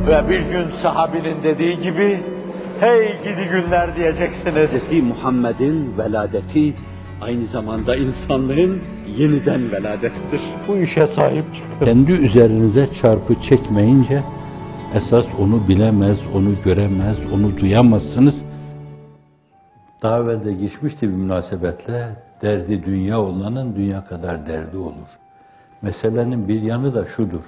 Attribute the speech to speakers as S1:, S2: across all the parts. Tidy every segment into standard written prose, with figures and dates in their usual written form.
S1: Ve bir gün sahabinin dediği gibi, hey gidi günler diyeceksiniz.
S2: Hz. Muhammed'in veladeti aynı zamanda insanlığın yeniden veladettir.
S1: Bu işe sahip çıkın.
S3: Kendi üzerinize çarpı çekmeyince, esas onu bilemez, onu göremez, onu duyamazsınız. Daha evvel de geçmişti bir münasebetle, derdi dünya olanın dünya kadar derdi olur. Meselenin bir yanı da şudur.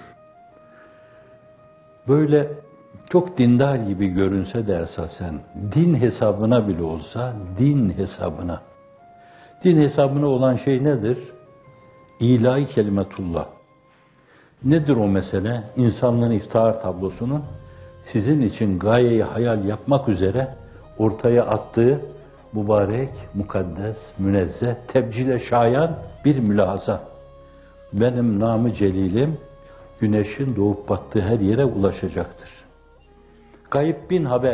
S3: Böyle çok dindar gibi görünse de esasen, din hesabına bile olsa, din hesabına olan şey nedir? İlahi kelimetullah. Nedir o mesele? İnsanlığın iftihar tablosunu sizin için gayeyi hayal yapmak üzere ortaya attığı mübarek, mukaddes, münezzeh, tebcile şayan bir mülahaza. Benim namı celilim, güneşin doğup battığı her yere ulaşacaktır. Gayb bin haber.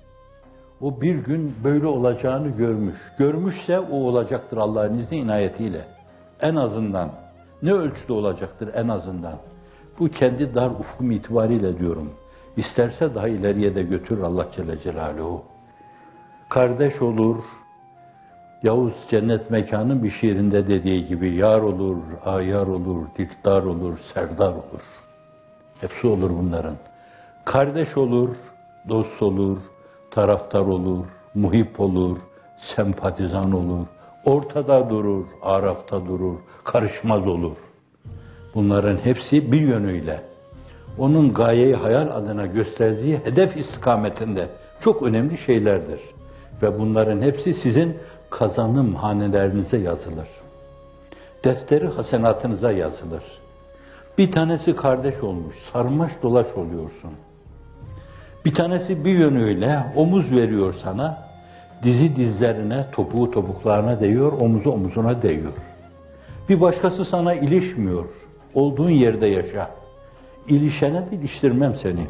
S3: O bir gün böyle olacağını görmüş. Görmüşse o olacaktır Allah'ın izni inayetiyle. En azından. Ne ölçüde olacaktır en azından. Bu kendi dar ufkum itibariyle diyorum. İsterse daha ileriye de götürür Allah Celle Celaluhu. Kardeş olur, Yavuz Cennet Mekan'ın bir şiirinde dediği gibi yar olur, ayar olur, dildar olur, serdar olur. Hepsi olur bunların. Kardeş olur, dost olur, taraftar olur, muhip olur, sempatizan olur, ortada durur, arafta durur, karışmaz olur. Bunların hepsi bir yönüyle onun gayeyi hayal adına gösterdiği hedef istikametinde çok önemli şeylerdir. Ve bunların hepsi sizin kazanım hanelerinize yazılır. Defteri hasenatınıza yazılır. Bir tanesi kardeş olmuş, sarmaş dolaş oluyorsun. Bir tanesi bir yönüyle omuz veriyor sana, dizi dizlerine, topuğu topuklarına değiyor, omuzu omuzuna değiyor. Bir başkası sana ilişmiyor, olduğun yerde yaşa. İlişene de iliştirmem seni.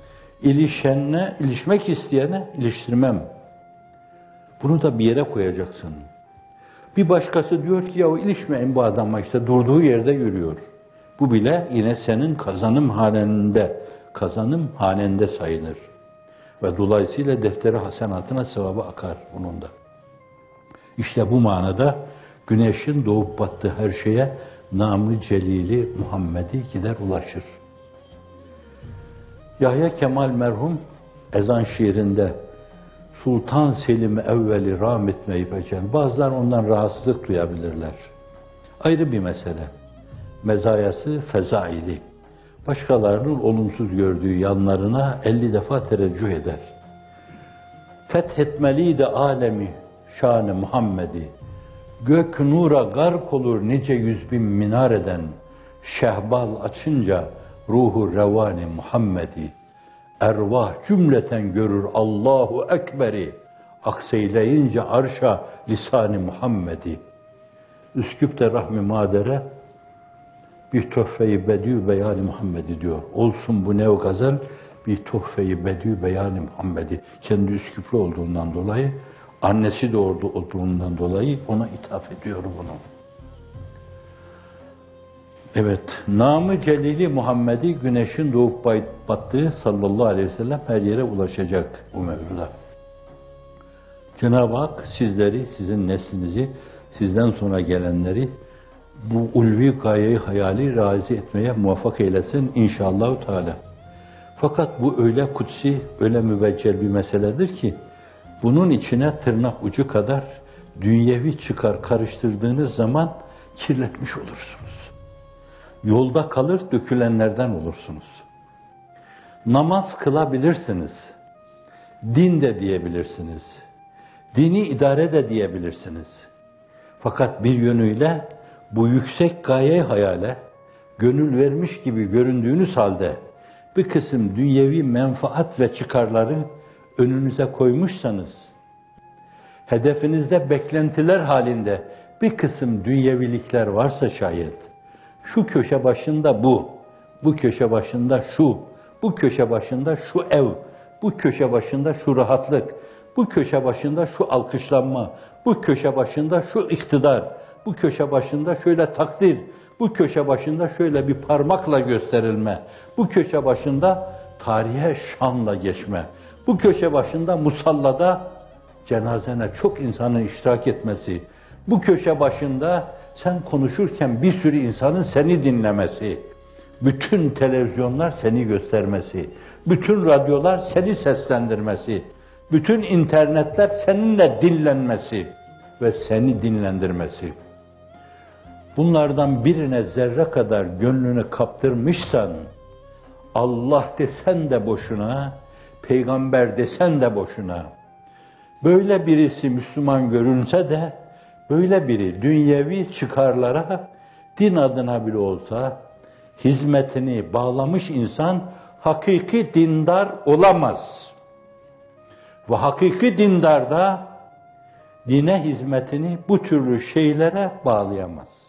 S3: İlişmek isteyene iliştirmem. Bunu da bir yere koyacaksın. Bir başkası diyor ki ya ilişmeyin bu adama işte durduğu yerde yürüyor. Bu bile yine senin kazanım hanende sayılır. Ve dolayısıyla defteri hasenatına sevabı akar bunun da. İşte bu manada güneşin doğup battığı her şeye namı celili Muhammed'i gider ulaşır. Yahya Kemal merhum ezan şiirinde Sultan Selim evveli rahmetmeyi beceren. Bazılar ondan rahatsızlık duyabilirler. Ayrı bir mesele. Mezayası fezaili. Başkalarının olumsuz gördüğü yanlarına 50 defa tereccüh eder. Fethetmeliydi alemi şan-ı Muhammed'i. Gök nura gark olur nice 100.000 minareden. Şehbal açınca ruhu revani Muhammed'i. Ervah cümleten görür Allahu Ekber'i. Akseyleyince arşa lisan-ı Muhammed'i. Üsküp'te Rahmi Madere bir tuhfe-i bedü beyan-ı Muhammed'i diyor. Olsun bu nev gazel bir tuhfe-i bedü beyan-ı Muhammed'i. Kendi Üsküplü olduğundan dolayı, annesi de orada olduğundan dolayı ona ithaf ediyor bunu. Evet, namı celili Muhammed'i güneşin doğup battığı sallallahu aleyhi ve sellem her yere ulaşacak bu mevzuda. Cenab-ı Hak sizleri, sizin neslinizi, sizden sonra gelenleri bu ulvi gayeyi hayali razı etmeye muvaffak eylesin inşallah Teala. Fakat bu öyle kutsi, öyle mübeccel bir meseledir ki bunun içine tırnak ucu kadar dünyevi çıkar karıştırdığınız zaman kirletmiş olursunuz. Yolda kalır dökülenlerden olursunuz. Namaz kılabilirsiniz. Din de diyebilirsiniz. Dini idare de diyebilirsiniz. Fakat bir yönüyle bu yüksek gaye hayale gönül vermiş gibi göründüğünüz halde bir kısım dünyevi menfaat ve çıkarları önünüze koymuşsanız, hedefinizde beklentiler halinde bir kısım dünyevilikler varsa şayet, şu köşe başında bu köşe başında şu, bu köşe başında şu ev, bu köşe başında şu rahatlık, bu köşe başında şu alkışlanma, bu köşe başında şu iktidar, bu köşe başında şöyle takdir, bu köşe başında şöyle bir parmakla gösterilme, bu köşe başında tarihe şanla geçme. Bu köşe başında musallada cenazene çok insanın iştirak etmesi, bu köşe başında sen konuşurken bir sürü insanın seni dinlemesi, bütün televizyonlar seni göstermesi, bütün radyolar seni seslendirmesi, bütün internetler seninle dinlenmesi ve seni dinlendirmesi. Bunlardan birine zerre kadar gönlünü kaptırmışsan, Allah desen de boşuna, peygamber desen de boşuna. Böyle birisi Müslüman görünse de, böyle biri dünyevi çıkarlara, din adına bile olsa, hizmetini bağlamış insan, hakiki dindar olamaz. Ve hakiki dindar da, dine hizmetini bu türlü şeylere bağlayamaz.